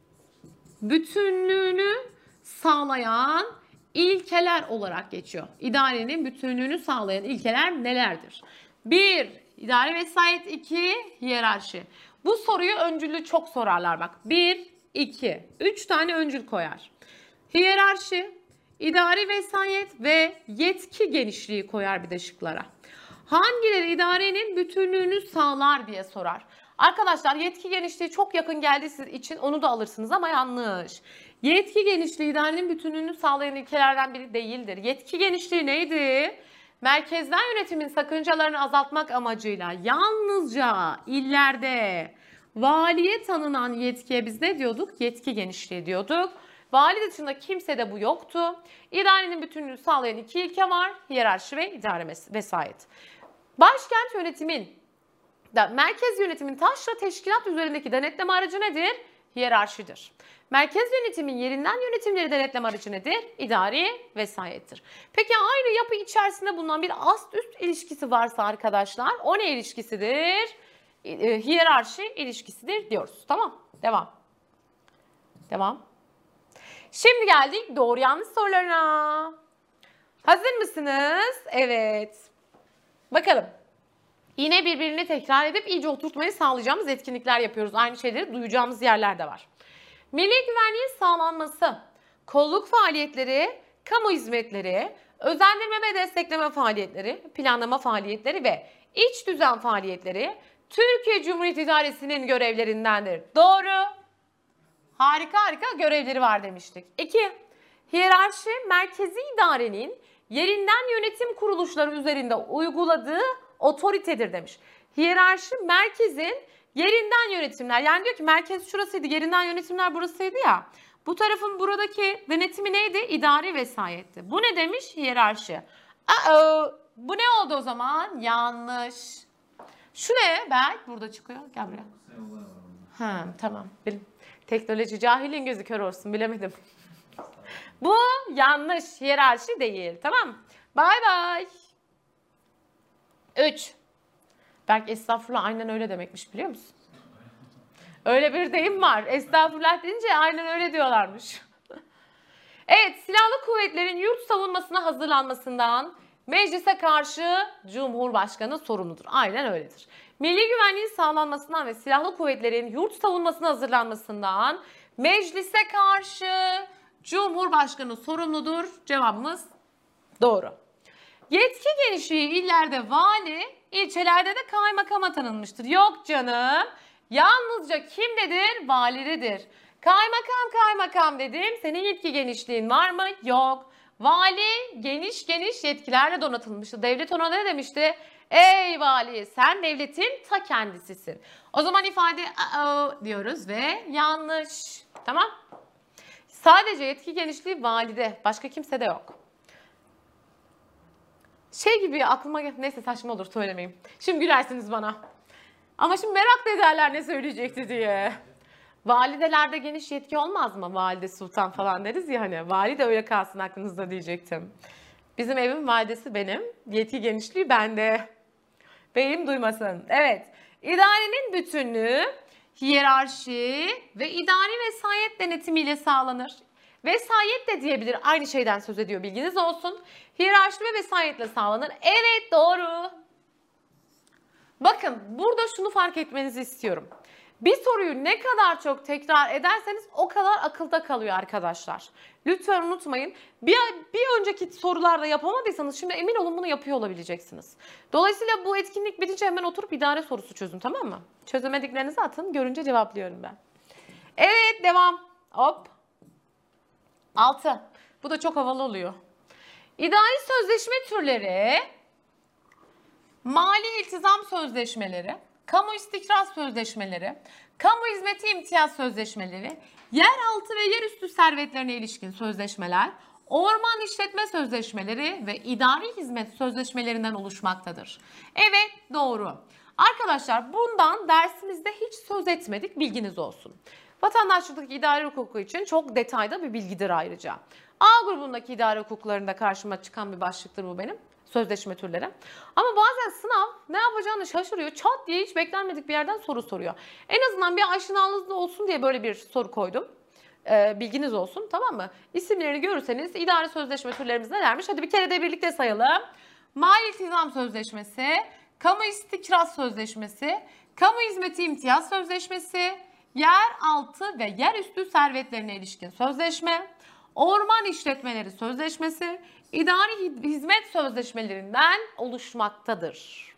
bütünlüğünü sağlayan ilkeler olarak geçiyor. İdarenin bütünlüğünü sağlayan ilkeler nelerdir? 1. İdari vesayet. 2. Hiyerarşi. Bu soruyu öncüllü çok sorarlar bak. 1, 2, 3 tane öncül koyar. Hiyerarşi, idari vesayet ve yetki genişliği koyar bir de şıklara. Hangileri idarenin bütünlüğünü sağlar diye sorar. Arkadaşlar yetki genişliği çok yakın geldiği için onu da alırsınız ama yanlış. Yetki genişliği idarenin bütünlüğünü sağlayan ilkelerden biri değildir. Yetki genişliği neydi? Merkezden yönetimin sakıncalarını azaltmak amacıyla yalnızca illerde valiye tanınan yetkiye biz ne diyorduk? Yetki genişliği diyorduk. Vali dışında kimsede bu yoktu. İdarenin bütünlüğünü sağlayan iki ilke var. Hiyerarşi ve idare vesayet. Başkent yönetimin, merkez yönetimin taşra teşkilat üzerindeki denetleme aracı nedir? Hiyerarşidir. Merkez yönetimin yerinden yönetimleri denetleme aracı nedir? İdari vesayettir. Peki aynı yapı içerisinde bulunan bir ast üst ilişkisi varsa arkadaşlar o ne ilişkisidir? Hiyerarşi ilişkisidir diyoruz. Tamam. Devam. Devam. Şimdi geldik doğru yanlış sorularına. Hazır mısınız? Evet. Bakalım. Yine birbirini tekrar edip iyice oturtmayı sağlayacağımız etkinlikler yapıyoruz. Aynı şeyleri duyacağımız yerler de var. Milli güvenliğin sağlanması, kolluk faaliyetleri, kamu hizmetleri, özendirme ve destekleme faaliyetleri, planlama faaliyetleri ve iç düzen faaliyetleri Türkiye Cumhuriyeti İdaresi'nin görevlerindendir. Doğru. Harika harika görevleri var demiştik. 2. Hiyerarşi merkezi idarenin yerinden yönetim kuruluşları üzerinde uyguladığı otoritedir demiş. Hiyerarşi merkezin yerinden yönetimler. Yani diyor ki merkez şurasıydı, yerinden yönetimler burasıydı ya. Bu tarafın buradaki denetimi neydi? İdari vesayetti. Bu ne demiş? Hiyerarşi. Bu ne oldu o zaman? Yanlış. Şu ne? Berk burada çıkıyor. Gel buraya. Ha, tamam. Teknoloji cahilin gözü kör olsun. Bilemedim. Bu yanlış. Hiyerarşi değil. Tamam. Bay bay. 3. Berk estağfurullah aynen öyle demekmiş biliyor musun? Öyle bir deyim var. Estağfurullah deyince aynen öyle diyorlarmış. Evet, silahlı kuvvetlerin yurt savunmasına hazırlanmasından meclise karşı Cumhurbaşkanı sorumludur. Aynen öyledir. Milli güvenliğin sağlanmasından ve silahlı kuvvetlerin yurt savunmasına hazırlanmasından meclise karşı Cumhurbaşkanı sorumludur. Cevabımız doğru. Yetki genişliği illerde vali, ilçelerde de kaymakama tanınmıştır. Yok canım. Yalnızca kimdedir? Validedir. Kaymakam dedim. Senin yetki genişliğin var mı? Yok. Vali geniş yetkilerle donatılmıştı. Devlet ona ne demişti? Ey vali, sen devletin ta kendisisin. O zaman ifade diyoruz ve yanlış. Tamam. Sadece yetki genişliği valide. Başka kimse de yok. Şey gibi aklıma neyse saçma olur söylemeyeyim. Şimdi gülersiniz bana. Ama şimdi merak da ederler ne söyleyecekti diye. Validelerde geniş yetki olmaz mı? Valide sultan falan deriz ya hani. Valide öyle kalsın aklınızda diyecektim. Bizim evin validesi benim. Yetki genişliği bende. Beyim duymasın. Evet. İdarenin bütünlüğü hiyerarşi ve idari vesayet denetimiyle sağlanır. Vesayet de diyebilir. Aynı şeyden söz ediyor, bilginiz olsun. Hiyerarşi ve vesayetle sağlanır. Evet, doğru. Bakın burada şunu fark etmenizi istiyorum. Bir soruyu ne kadar çok tekrar ederseniz o kadar akılda kalıyor arkadaşlar. Lütfen unutmayın. Bir önceki sorularda yapamadıysanız şimdi emin olun bunu yapıyor olabileceksiniz. Dolayısıyla bu etkinlik bitince hemen oturup idare sorusu çözün, tamam mı? Çözemediklerinizi atın, görünce cevaplıyorum ben. Evet, devam. Hop. 6. Bu da çok havalı oluyor. İdari sözleşme türleri, mali iltizam sözleşmeleri, kamu istikrar sözleşmeleri, kamu hizmeti imtiyaz sözleşmeleri, yeraltı ve yerüstü servetlerine ilişkin sözleşmeler, orman işletme sözleşmeleri ve idari hizmet sözleşmelerinden oluşmaktadır. Evet, doğru. Arkadaşlar bundan dersimizde hiç söz etmedik, bilginiz olsun. Vatandaşlık idare hukuku için çok detayda bir bilgidir ayrıca. A grubundaki idare hukuklarında karşıma çıkan bir başlıktır bu benim. Sözleşme türleri. Ama bazen sınav ne yapacağını şaşırıyor. Çat diye hiç beklenmedik bir yerden soru soruyor. En azından bir aşinalığınız olsun diye böyle bir soru koydum. Bilginiz olsun, tamam mı? İsimlerini görürseniz idari sözleşme türlerimiz nelermiş? Hadi bir kere de birlikte sayalım. Mali iltizam sözleşmesi, kamu istikrar sözleşmesi, kamu hizmeti imtiyaz sözleşmesi, yeraltı ve yerüstü servetlerine ilişkin sözleşme, orman işletmeleri sözleşmesi, idari hizmet sözleşmelerinden oluşmaktadır.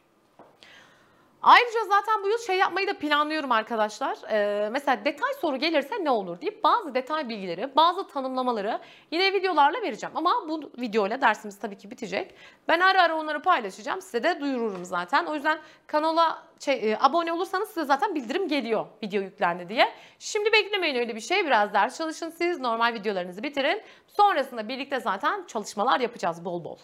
Ayrıca zaten bu yıl şey yapmayı da planlıyorum arkadaşlar. Mesela detay soru gelirse ne olur deyip bazı detay bilgileri, bazı tanımlamaları yine videolarla vereceğim. Ama bu videoyla dersimiz tabii ki bitecek. Ben ara ara onları paylaşacağım. Size de duyururum zaten. O yüzden kanala abone olursanız size zaten bildirim geliyor video yüklendi diye. Şimdi beklemeyin öyle bir şey. Biraz ders çalışın siz. Normal videolarınızı bitirin. Sonrasında birlikte zaten çalışmalar yapacağız bol bol.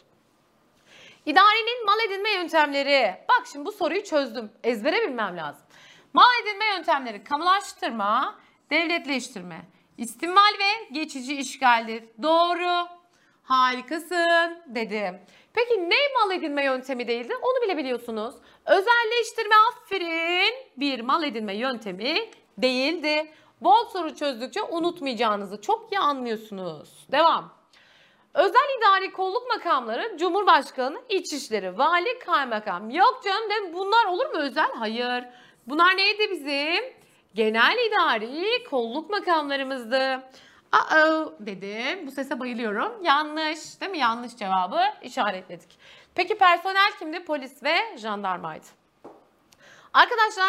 İdarenin mal edinme yöntemleri. Bak şimdi bu soruyu çözdüm. Ezbere bilmem lazım. Mal edinme yöntemleri kamulaştırma, devletleştirme, istimval ve geçici işgaldir. Doğru. Harikasın dedim. Peki ne mal edinme yöntemi değildi? Onu bile biliyorsunuz. Özelleştirme, aferin, bir mal edinme yöntemi değildi. Bol soru çözdükçe unutmayacağınızı çok iyi anlıyorsunuz. Devam. Özel idari kolluk makamları, Cumhurbaşkanı, İçişleri, Vali, Kaymakam. Yok canım dedim, bunlar olur mu özel? Hayır. Bunlar neydi bizim? Genel idari kolluk makamlarımızdı. Dedim. Bu sese bayılıyorum. Yanlış değil mi? Yanlış cevabı işaretledik. Peki personel kimdi? Polis ve jandarmaydı. Arkadaşlar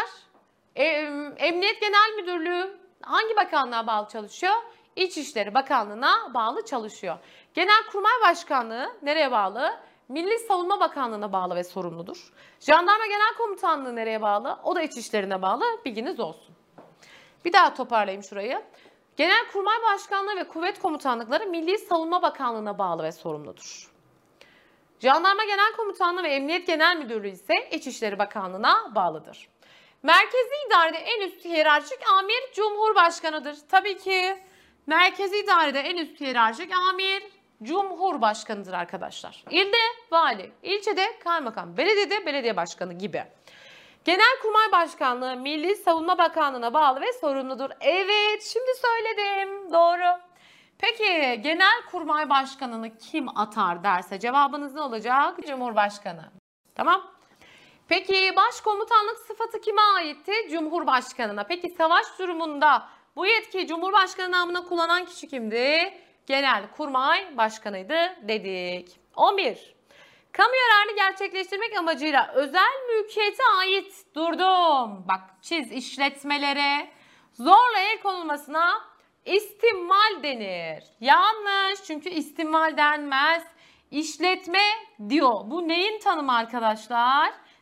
Emniyet Genel Müdürlüğü hangi bakanlığa bağlı çalışıyor? İçişleri Bakanlığı'na bağlı çalışıyor. Genelkurmay Başkanlığı nereye bağlı? Milli Savunma Bakanlığı'na bağlı ve sorumludur. Jandarma Genel Komutanlığı nereye bağlı? O da İçişleri'ne bağlı. Bilginiz olsun. Bir daha toparlayayım şurayı. Genelkurmay Başkanlığı ve Kuvvet Komutanlıkları Milli Savunma Bakanlığı'na bağlı ve sorumludur. Jandarma Genel Komutanlığı ve Emniyet Genel Müdürlüğü ise İçişleri Bakanlığı'na bağlıdır. Merkezi idarede en üst hiyerarşik amir Cumhurbaşkanı'dır. Tabii ki merkezi idarede en üst hiyerarşik amir Cumhurbaşkanı'dır arkadaşlar. İlde vali, ilçede kaymakam, belediyede belediye başkanı gibi. Genelkurmay Başkanlığı Milli Savunma Bakanlığı'na bağlı ve sorumludur. Evet, şimdi söyledim. Doğru. Peki Genelkurmay Başkanı'nı kim atar derse cevabınız ne olacak? Cumhurbaşkanı. Tamam. Peki başkomutanlık sıfatı kime aitti? Cumhurbaşkanına. Peki savaş durumunda bu yetkiyi Cumhurbaşkanı namına kullanan kişi kimdi? Genelkurmay Başkanıydı dedik. 11. Kamu yararını gerçekleştirmek amacıyla özel mülkiyete ait durdum. Bak çiz işletmelere zorla el konulmasına istimval denir. Yanlış, çünkü istimval denmez. İşletme diyor. Bu neyin tanımı arkadaşlar?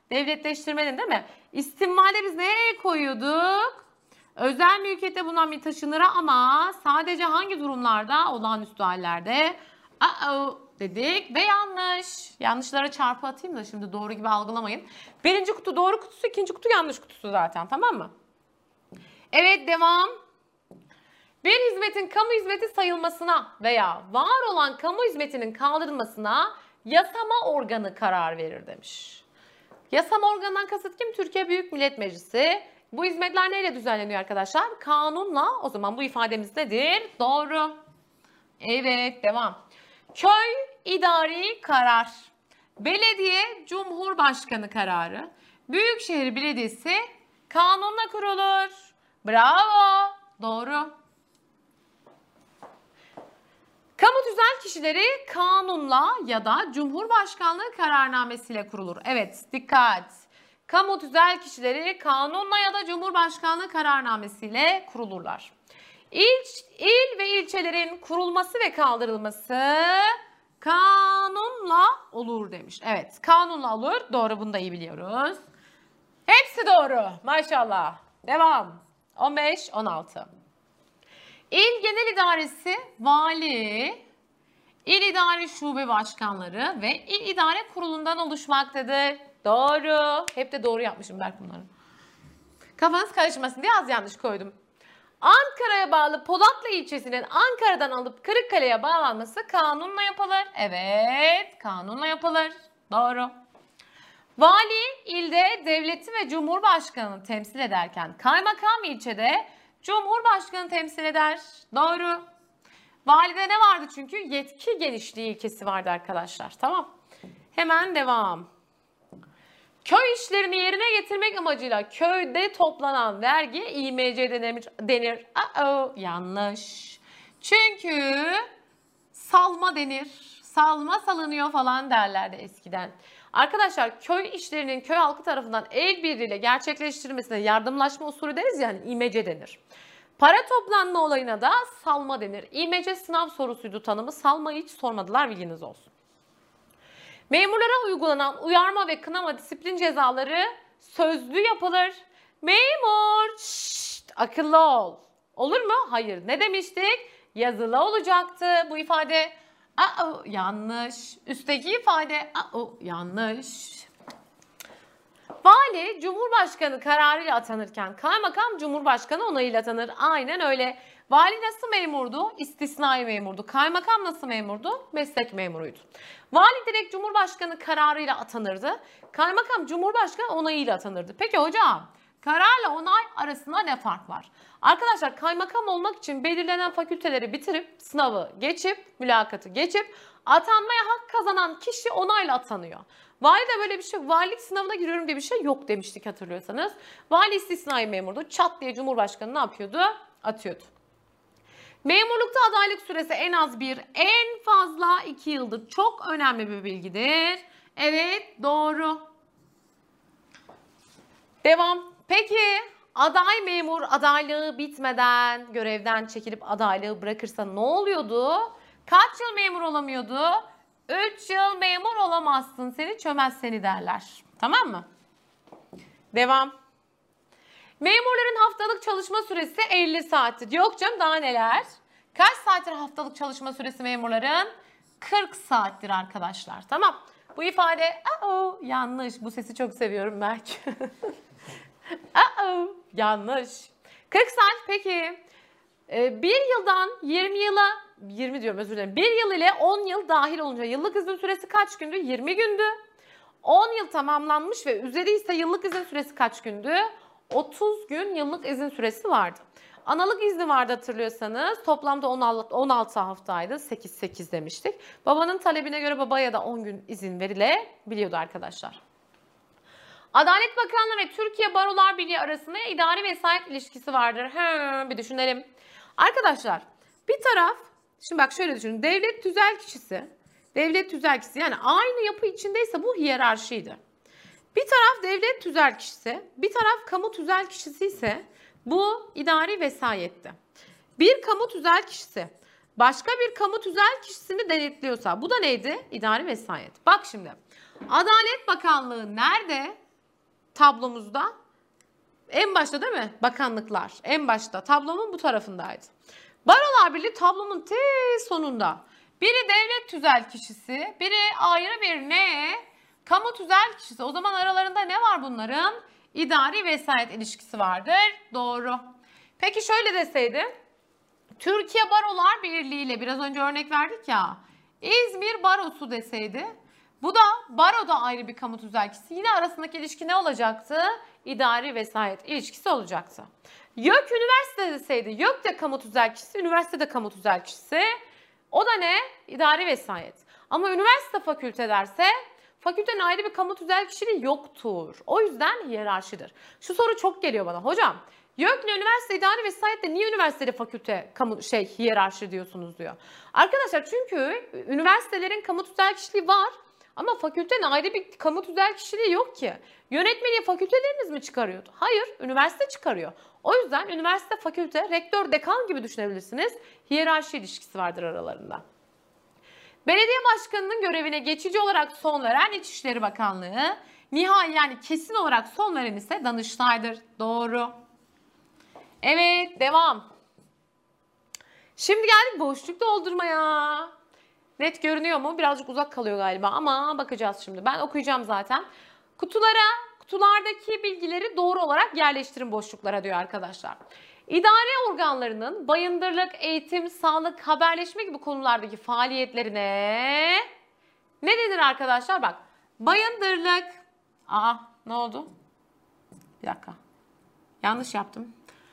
Devletleştirmenin değil mi? İstimvalde biz neye koyuyorduk? Özel mülkiyette bulunan bir taşınıra ama sadece hangi durumlarda? Olağanüstü hallerde. Dedik ve yanlış. Yanlışlara çarpı atayım da şimdi doğru gibi algılamayın. Birinci kutu doğru kutusu, ikinci kutu yanlış kutusu zaten, tamam mı? Evet, devam. Bir hizmetin kamu hizmeti sayılmasına veya var olan kamu hizmetinin kaldırılmasına yasama organı karar verir demiş. Yasama organından kasıt kim? Türkiye Büyük Millet Meclisi. Bu hizmetler neyle düzenleniyor arkadaşlar? Kanunla. O zaman bu ifademiz nedir? Doğru. Evet, devam. Köy idari karar. Belediye Cumhurbaşkanı kararı. Büyükşehir Belediyesi kanunla kurulur. Bravo. Doğru. Kamu tüzel kişileri kanunla ya da Cumhurbaşkanlığı kararnamesiyle kurulur. Evet, dikkat. Kamu tüzel kişileri kanunla ya da Cumhurbaşkanlığı kararnamesiyle kurulurlar. İl ve ilçelerin kurulması ve kaldırılması kanunla olur demiş. Evet, kanunla olur. Doğru, bunu da iyi biliyoruz. Hepsi doğru. Maşallah. Devam. 15, 16. İl Genel İdaresi, vali, il idare şube başkanları ve il idare kurulundan oluşmaktadır. Doğru. Hep de doğru yapmışım Berk bunları. Kafanız karışmasın diye az yanlış koydum. Ankara'ya bağlı Polatlı ilçesinin Ankara'dan alıp Kırıkkale'ye bağlanması kanunla yapılır. Evet, kanunla yapılır. Doğru. Vali ilde devleti ve Cumhurbaşkanı'nı temsil ederken kaymakam ilçede Cumhurbaşkanı temsil eder. Doğru. Valide ne vardı çünkü? Yetki genişliği ilkesi vardı arkadaşlar. Tamam. Hemen devam. Köy işlerini yerine getirmek amacıyla köyde toplanan vergiye İMC denir. Yanlış. Çünkü salma denir. Salma salınıyor falan derlerdi eskiden. Arkadaşlar köy işlerinin köy halkı tarafından el birliğiyle gerçekleştirilmesine yardımlaşma usulü deriz, yani İMC denir. Para toplanma olayına da salma denir. İMC sınav sorusuydu tanımı. Salmayı hiç sormadılar, bilginiz olsun. Memurlara uygulanan uyarma ve kınama disiplin cezaları sözlü yapılır. Memur, şşt, akıllı ol. Olur mu? Hayır. Ne demiştik? Yazılı olacaktı bu ifade. Yanlış. Üstteki ifade yanlış. Vali Cumhurbaşkanı kararıyla atanırken kaymakam Cumhurbaşkanı onayıyla atanır. Aynen öyle. Vali nasıl memurdu? İstisnai memurdu. Kaymakam nasıl memurdu? Meslek memuruydu. Vali direkt Cumhurbaşkanı kararıyla atanırdı. Kaymakam Cumhurbaşkanı onayıyla atanırdı. Peki hocam, kararla onay arasında ne fark var? Arkadaşlar, kaymakam olmak için belirlenen fakülteleri bitirip, sınavı geçip, mülakatı geçip atanmaya hak kazanan kişi onayla atanıyor. Vali de böyle bir şey, valilik sınavına giriyorum diye bir şey yok demiştik hatırlıyorsanız. Vali istisnai memurdu. Çat diye Cumhurbaşkanı ne yapıyordu? Atıyordu. Memurlukta adaylık süresi en az 1, en fazla 2 yıldır. Çok önemli bir bilgidir. Evet, doğru. Devam. Peki aday memur adaylığı bitmeden görevden çekilip adaylığı bırakırsa ne oluyordu? Kaç yıl memur olamıyordu? 3 yıl memur olamazsın, seni çömez seni derler. Tamam mı? Devam. Memurların haftalık çalışma süresi 50 saattir. Yok canım, daha neler? Kaç saattir haftalık çalışma süresi memurların? 40 saattir arkadaşlar. Tamam. Bu ifade yanlış. Bu sesi çok seviyorum belki. Yanlış. 40 saat peki. Bir yıldan 20 yıla, 20 diyorum özür dilerim. 1 yıl ile 10 yıl dahil olunca yıllık izin süresi kaç gündü? 20 gündü. 10 yıl tamamlanmış ve üzeri ise yıllık izin süresi kaç gündü? 30 gün yıllık izin süresi vardı. Analık izni vardı hatırlıyorsanız. Toplamda 16 haftaydı. 8 demiştik. Babanın talebine göre babaya da 10 gün izin verilebiliyordu arkadaşlar. Adalet Bakanlığı ve Türkiye Barolar Birliği arasında idari vesayet ilişkisi vardır. Bir düşünelim. Arkadaşlar bir taraf, şimdi bak şöyle düşünün. Devlet tüzel kişisi yani aynı yapı içindeyse bu hiyerarşiydi. Bir taraf devlet tüzel kişisi, bir taraf kamu tüzel kişisi ise bu idari vesayetti. Bir kamu tüzel kişisi başka bir kamu tüzel kişisini denetliyorsa bu da neydi? İdari vesayet. Bak şimdi, Adalet Bakanlığı nerede? tablomuzda? En başta değil mi? Bakanlıklar. En başta. Tablomun bu tarafındaydı. Barolar Birliği tablomun te sonunda. Biri devlet tüzel kişisi, biri ayrı bir ne? Kamu tüzel kişisi. O zaman aralarında ne var bunların? İdari vesayet ilişkisi vardır. Doğru. Peki şöyle deseydim. Türkiye Barolar Birliği ile biraz önce örnek verdik ya. İzmir Barosu deseydi. Bu da baro da ayrı bir kamu tüzel kişisi. Yine arasındaki ilişki ne olacaktı? İdari vesayet ilişkisi olacaktı. YÖK üniversite deseydi. YÖK de kamu tüzel kişisi, üniversite de kamu tüzel kişisi. O da ne? İdari vesayet. Ama üniversite fakülte derse fakültenin ayrı bir kamu tüzel kişiliği yoktur. O yüzden hiyerarşidir. Şu soru çok geliyor bana. Hocam YÖK'le üniversite idari vesayette niye üniversitede fakülte kamu hiyerarşi diyorsunuz diyor. Arkadaşlar çünkü üniversitelerin kamu tüzel kişiliği var. Ama fakültenin ayrı bir kamu tüzel kişiliği yok ki. Yönetmeliği fakülteleriniz mi çıkarıyordu? Hayır, üniversite çıkarıyor. O yüzden üniversite, fakülte, rektör, dekan gibi düşünebilirsiniz. Hiyerarşi ilişkisi vardır aralarında. Belediye başkanının görevine geçici olarak son veren İçişleri Bakanlığı, nihai yani kesin olarak son veren ise Danıştay'dır. Doğru. Evet, devam. Şimdi geldik boşluk doldurmaya. Net görünüyor mu? Birazcık uzak kalıyor galiba ama bakacağız şimdi. Ben okuyacağım zaten. Kutulardaki bilgileri doğru olarak yerleştirin boşluklara diyor arkadaşlar. İdare organlarının bayındırlık, eğitim, sağlık, haberleşme gibi konulardaki faaliyetlerine ne denir arkadaşlar? Bak, bayındırlık. Ne oldu? Bir dakika. Yanlış yaptım.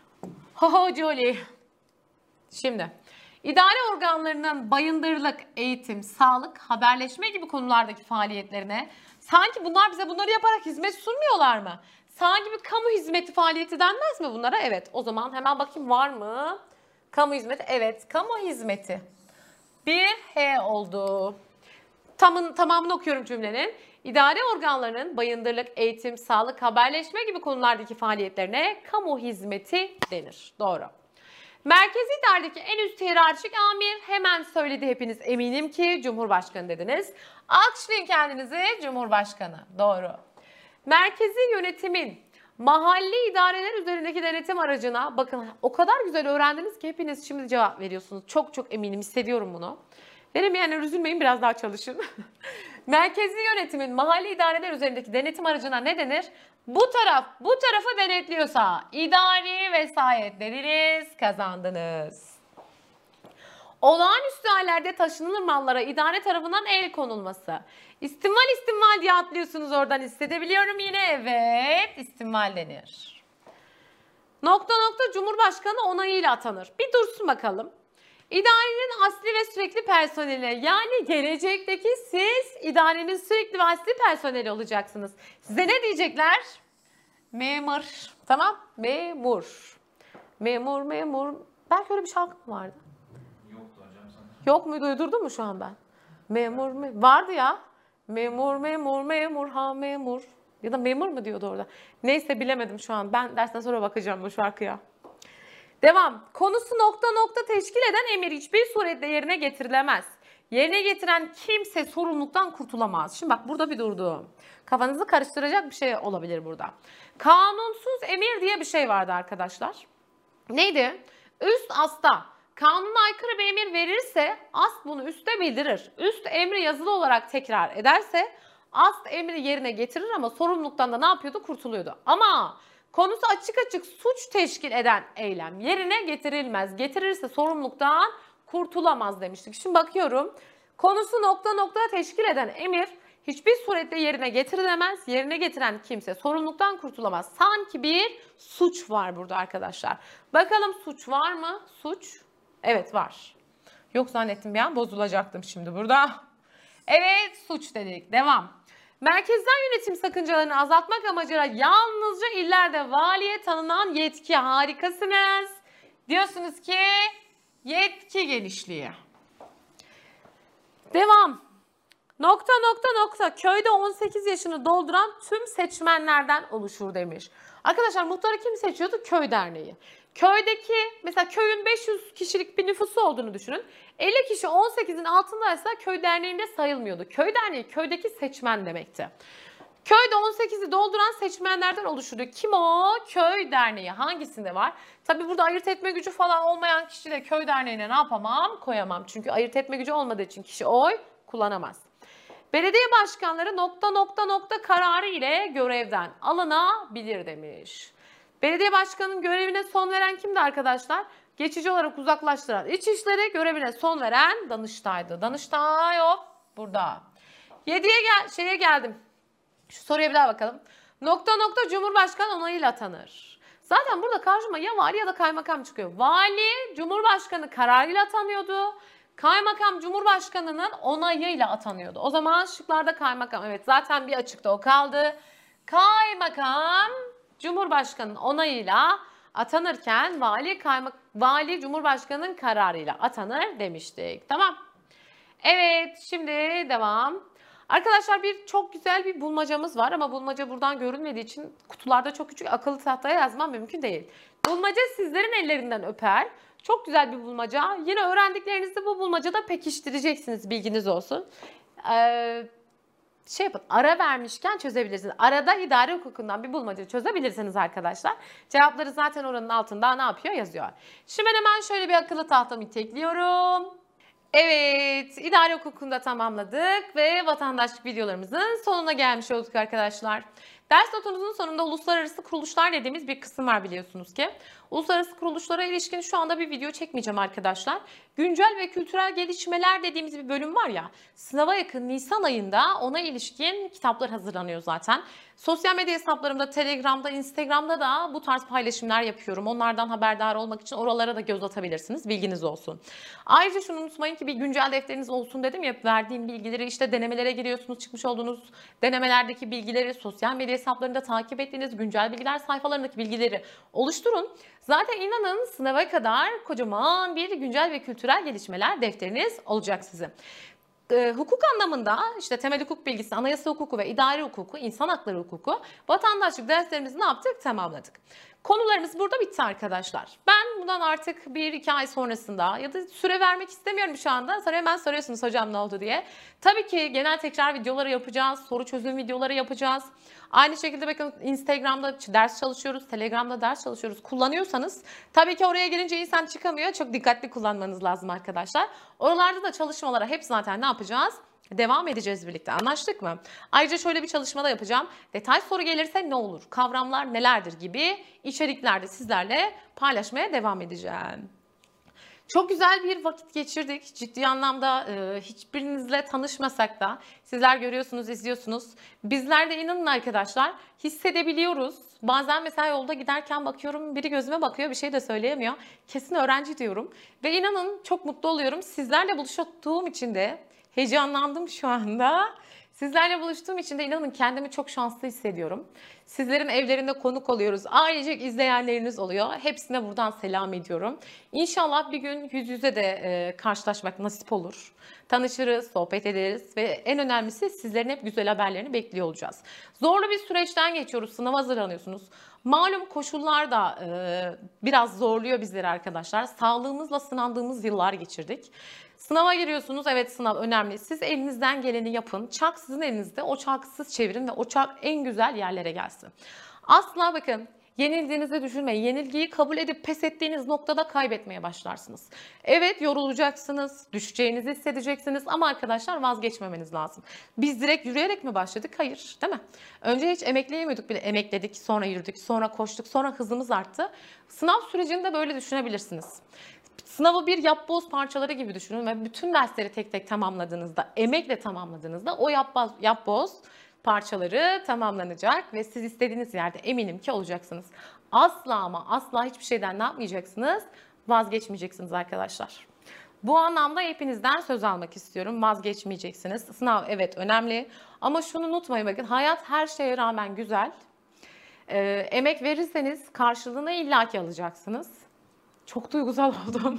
Jolly. Şimdi, idare organlarının bayındırlık, eğitim, sağlık, haberleşme gibi konulardaki faaliyetlerine sanki bunlar bize bunları yaparak hizmet sunmuyorlar mı? Sanki bir kamu hizmeti faaliyeti denmez mi bunlara? Evet. O zaman hemen bakayım var mı? Kamu hizmeti. Evet. Kamu hizmeti. Bir H oldu. Tamamını okuyorum cümlenin. İdare organlarının bayındırlık, eğitim, sağlık, haberleşme gibi konulardaki faaliyetlerine kamu hizmeti denir. Doğru. Merkezi idaredeki en üst hiyerarşik amir hemen söyledi hepiniz eminim ki Cumhurbaşkanı dediniz. Alkışlayın kendinizi Cumhurbaşkanı. Doğru. Merkezi yönetimin mahalli idareler üzerindeki denetim aracına bakın o kadar güzel öğrendiniz ki hepiniz şimdi cevap veriyorsunuz. Çok çok eminim hissediyorum bunu. Veremeyenler üzülmeyin biraz daha çalışın. Merkezi yönetimin mahalli idareler üzerindeki denetim aracına ne denir? Bu tarafı denetliyorsa idari vesayet dediniz, kazandınız. Olağanüstü hallerde taşınılır mallara idare tarafından el konulması. İstimval diye atlıyorsunuz oradan hissedebiliyorum yine. Evet, istimval denir. ... Cumhurbaşkanı onayıyla atanır. Bir dursun bakalım. İdarenin asli ve sürekli personeli yani gelecekteki siz idarenin sürekli ve asli personeli olacaksınız. Size ne diyecekler? Memur. Tamam? Memur. Memur. Belki öyle bir şarkı mı vardı? Yoktu hocam sanırım. Yok muydu? Uydurdum mu şu an ben? Memur. Vardı ya. Memur. Ha memur. Ya da memur mu diyordu orada? Neyse bilemedim şu an. Ben dersten sonra bakacağım bu şarkıya. Devam. Konusu ... teşkil eden emir hiçbir suretle yerine getirilemez. Yerine getiren kimse sorumluluktan kurtulamaz. Şimdi bak burada bir durdum. Kafanızı karıştıracak bir şey olabilir burada. Kanunsuz emir diye bir şey vardı arkadaşlar. Neydi? Üst asta kanuna aykırı bir emir verirse ast bunu üste bildirir. Üst emri yazılı olarak tekrar ederse ast emri yerine getirir ama sorumluluktan da ne yapıyordu? Kurtuluyordu. Ama konusu açık suç teşkil eden eylem yerine getirilmez. Getirirse sorumluluktan kurtulamaz demiştik. Şimdi bakıyorum. Konusu ... teşkil eden emir hiçbir suretle yerine getirilemez. Yerine getiren kimse sorumluluktan kurtulamaz. Sanki bir suç var burada arkadaşlar. Bakalım suç var mı? Suç. Evet var. Yok zannettim bir an bozulacaktım şimdi burada. Evet suç dedik. Devam. Merkezden yönetim sakıncalarını azaltmak amacıyla yalnızca illerde valiye tanınan yetki. Harikasınız. Diyorsunuz ki yetki genişliği. Devam. ... Köyde 18 yaşını dolduran tüm seçmenlerden oluşur demiş. Arkadaşlar muhtarı kim seçiyordu? Köy derneği. Köydeki mesela köyün 500 kişilik bir nüfusu olduğunu düşünün. 50 kişi 18'in altındaysa köy derneğinde sayılmıyordu. Köy derneği köydeki seçmen demekti. Köyde 18'i dolduran seçmenlerden oluşurdu. Kim o? Köy derneği. Hangisinde var? Tabi burada ayırt etme gücü falan olmayan kişi de köy derneğine ne yapamam? Koyamam. Çünkü ayırt etme gücü olmadığı için kişi oy kullanamaz. Belediye başkanları ... kararı ile görevden alınabilir demiş. Belediye başkanının görevine son veren kimdi arkadaşlar? Geçici olarak uzaklaştıran İçişleri, görevine son veren Danıştay'dı. Danıştay hop burada. 7'ye geldim. Şu soruya bir daha bakalım. ... Cumhurbaşkanı onayıyla atanır. Zaten burada karşıma ya vali ya da kaymakam çıkıyor. Vali Cumhurbaşkanı kararıyla atanıyordu. Kaymakam Cumhurbaşkanı'nın onayıyla atanıyordu. O zaman şıklarda kaymakam. Evet zaten bir açıkta o kaldı. Kaymakam Cumhurbaşkanı'nın onayıyla atanırken vali Cumhurbaşkanı'nın kararıyla atanır demiştik. Tamam. Evet şimdi devam. Arkadaşlar çok güzel bir bulmacamız var ama bulmaca buradan görünmediği için kutularda çok küçük, akıllı tahtaya yazmam mümkün değil. Bulmaca sizlerin ellerinden öper. Çok güzel bir bulmaca. Yine öğrendiklerinizi bu bulmacada pekiştireceksiniz, bilginiz olsun. Ara vermişken çözebilirsiniz. Arada idare hukukundan bir bulmaca çözebilirsiniz arkadaşlar. Cevapları zaten oranın altında ne yapıyor? Yazıyor. Şimdi ben hemen şöyle bir akıllı tahtamı itekliyorum. Evet, idare hukukunda tamamladık ve vatandaşlık videolarımızın sonuna gelmiş olduk arkadaşlar. Ders notunuzun sonunda uluslararası kuruluşlar dediğimiz bir kısım var biliyorsunuz ki. Uluslararası kuruluşlara ilişkin şu anda bir video çekmeyeceğim arkadaşlar. Güncel ve kültürel gelişmeler dediğimiz bir bölüm var ya. Sınava yakın Nisan ayında ona ilişkin kitaplar hazırlanıyor zaten. Sosyal medya hesaplarımda, Telegram'da, Instagram'da da bu tarz paylaşımlar yapıyorum. Onlardan haberdar olmak için oralara da göz atabilirsiniz. Bilginiz olsun. Ayrıca şunu unutmayın ki bir güncel defteriniz olsun dedim ya. Verdiğim bilgileri işte denemelere giriyorsunuz. Çıkmış olduğunuz denemelerdeki bilgileri, sosyal medya hesaplarında takip ettiğiniz güncel bilgiler sayfalarındaki bilgileri oluşturun. Zaten inanın sınava kadar kocaman bir güncel ve kültürel gelişmeler defteriniz olacak sizin. Hukuk anlamında işte temel hukuk bilgisi, anayasa hukuku ve idari hukuku, insan hakları hukuku, vatandaşlık derslerimizi ne yaptık? Tamamladık. Konularımız burada bitti arkadaşlar. Ben bundan artık 1-2 ay sonrasında ya da süre vermek istemiyorum şu anda. Sonra hemen soruyorsunuz hocam ne oldu diye. Tabii ki genel tekrar videoları yapacağız, soru çözüm videoları yapacağız. Aynı şekilde bakın Instagram'da ders çalışıyoruz, Telegram'da ders çalışıyoruz. Kullanıyorsanız tabii ki oraya gelince insan çıkamıyor. Çok dikkatli kullanmanız lazım arkadaşlar. Oralarda da çalışmalara hep zaten ne yapacağız? Devam edeceğiz birlikte. Anlaştık mı? Ayrıca şöyle bir çalışma da yapacağım. Detay soru gelirse ne olur? Kavramlar nelerdir gibi içeriklerde sizlerle paylaşmaya devam edeceğim. Çok güzel bir vakit geçirdik. Ciddi anlamda hiçbirinizle tanışmasak da sizler görüyorsunuz, izliyorsunuz. Bizler de inanın arkadaşlar hissedebiliyoruz. Bazen mesela yolda giderken bakıyorum biri gözüme bakıyor bir şey de söyleyemiyor. Kesin öğrenci diyorum. Ve inanın çok mutlu oluyorum. Sizlerle buluştuğum için de heyecanlandım şu anda. Sizlerle buluştuğum için de inanın kendimi çok şanslı hissediyorum. Sizlerin evlerinde konuk oluyoruz. Ailecek izleyenleriniz oluyor. Hepsine buradan selam ediyorum. İnşallah bir gün yüz yüze de karşılaşmak nasip olur. Tanışırız, sohbet ederiz ve en önemlisi sizlerin hep güzel haberlerini bekliyor olacağız. Zorlu bir süreçten geçiyoruz. Sınava hazırlanıyorsunuz. Malum koşullar da biraz zorluyor bizleri arkadaşlar. Sağlığımızla sınandığımız yıllar geçirdik. Sınava giriyorsunuz. Evet sınav önemli. Siz elinizden geleni yapın. Çark sizin elinizde. O çarkı siz çevirin ve o çark en güzel yerlere gelsin. Asla bakın yenildiğinizi düşünmeyin. Yenilgiyi kabul edip pes ettiğiniz noktada kaybetmeye başlarsınız. Evet yorulacaksınız. Düşeceğinizi hissedeceksiniz. Ama arkadaşlar vazgeçmemeniz lazım. Biz direkt yürüyerek mi başladık? Hayır değil mi? Önce hiç emekleyemiyorduk bile. Emekledik. Sonra yürüdük. Sonra koştuk. Sonra hızımız arttı. Sınav sürecini de böyle düşünebilirsiniz. Sınavı bir yapboz parçaları gibi düşünün ve bütün dersleri tek tek tamamladığınızda, emekle tamamladığınızda o yapboz parçaları tamamlanacak ve siz istediğiniz yerde eminim ki olacaksınız. Asla ama asla hiçbir şeyden ne yapmayacaksınız? Vazgeçmeyeceksiniz arkadaşlar. Bu anlamda hepinizden söz almak istiyorum. Vazgeçmeyeceksiniz. Sınav evet önemli ama şunu unutmayın bakın hayat her şeye rağmen güzel. Emek verirseniz karşılığını illaki alacaksınız. Çok duygusal oldum.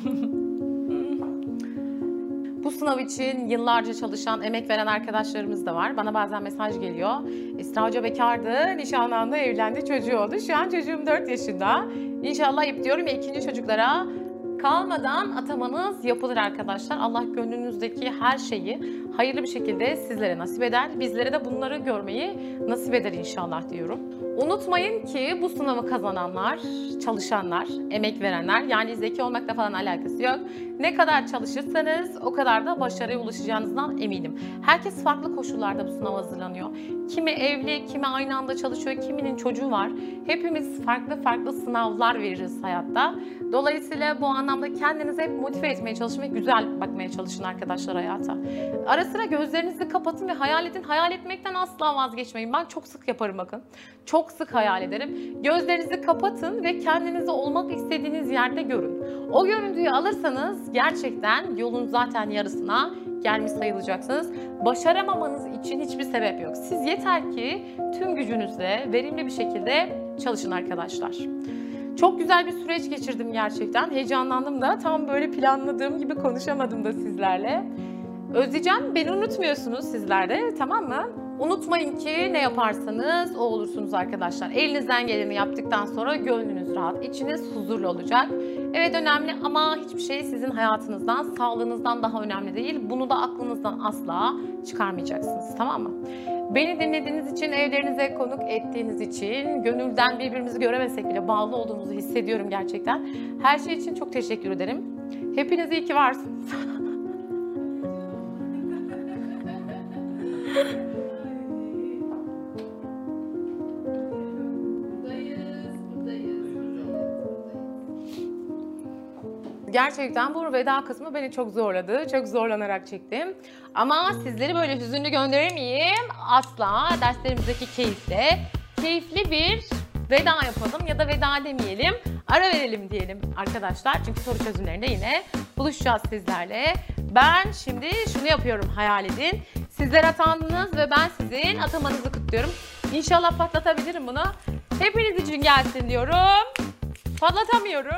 Bu sınav için yıllarca çalışan, emek veren arkadaşlarımız da var. Bana bazen mesaj geliyor. Esra Hoca bekardı, nişanlandı, evlendi, çocuğu oldu. Şu an çocuğum 4 yaşında. İnşallah hep diyorum ya ikinci çocuklara kalmadan atamanız yapılır arkadaşlar. Allah gönlünüzdeki her şeyi hayırlı bir şekilde sizlere nasip eder. Bizlere de bunları görmeyi nasip eder inşallah diyorum. Unutmayın ki bu sınavı kazananlar, çalışanlar, emek verenler, yani zeki olmakla falan alakası yok. Ne kadar çalışırsanız o kadar da başarıya ulaşacağınızdan eminim. Herkes farklı koşullarda bu sınava hazırlanıyor. Kimi evli, kimi aynı anda çalışıyor, kiminin çocuğu var. Hepimiz farklı sınavlar veririz hayatta. Dolayısıyla bu anlamda kendinizi hep motive etmeye çalışın ve güzel bakmaya çalışın arkadaşlar hayata. Ara sıra gözlerinizi kapatın ve hayal edin. Hayal etmekten asla vazgeçmeyin. Ben çok sık yaparım bakın. Çok sık hayal ederim. Gözlerinizi kapatın ve kendinizi olmak istediğiniz yerde görün. O görüntüyü alırsanız gerçekten yolun zaten yarısına gelmiş sayılacaksınız. Başaramamanız için hiçbir sebep yok. Siz yeter ki tüm gücünüzle verimli bir şekilde çalışın arkadaşlar. Çok güzel bir süreç geçirdim gerçekten. Heyecanlandım da tam böyle planladığım gibi konuşamadım da sizlerle. Özleyeceğim, beni unutmuyorsunuz sizler de, tamam mı? Unutmayın ki ne yaparsanız o olursunuz arkadaşlar. Elinizden geleni yaptıktan sonra gönlünüz rahat, içiniz huzurlu olacak. Evet, önemli ama hiçbir şey sizin hayatınızdan, sağlığınızdan daha önemli değil. Bunu da aklınızdan asla çıkarmayacaksınız, tamam mı? Beni dinlediğiniz için, evlerinize konuk ettiğiniz için, gönülden birbirimizi göremesek bile bağlı olduğumuzu hissediyorum gerçekten. Her şey için çok teşekkür ederim. Hepiniz iyi ki varsınız. Gerçekten bu veda kısmı beni çok zorladı. Çok zorlanarak çektim. Ama sizleri böyle hüzünlü gönderemeyeyim. Asla derslerimizdeki keyifli bir veda yapalım ya da veda demeyelim. Ara verelim diyelim arkadaşlar. Çünkü soru çözümlerinde yine buluşacağız sizlerle. Ben şimdi şunu yapıyorum, hayal edin. Sizler atandınız ve ben sizin atamanızı kutluyorum. İnşallah patlatabilirim bunu. Hepiniz için gelsin diyorum. Patlatamıyorum.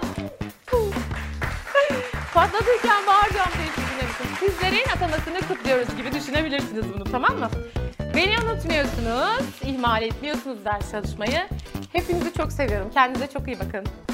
Patlatırken bağıracağım diye düşünebilirsiniz. Sizlerin atamasını kutluyoruz gibi düşünebilirsiniz bunu, tamam mı? Beni unutmuyorsunuz, ihmal etmiyorsunuz ders çalışmayı. Hepinizi çok seviyorum. Kendinize çok iyi bakın.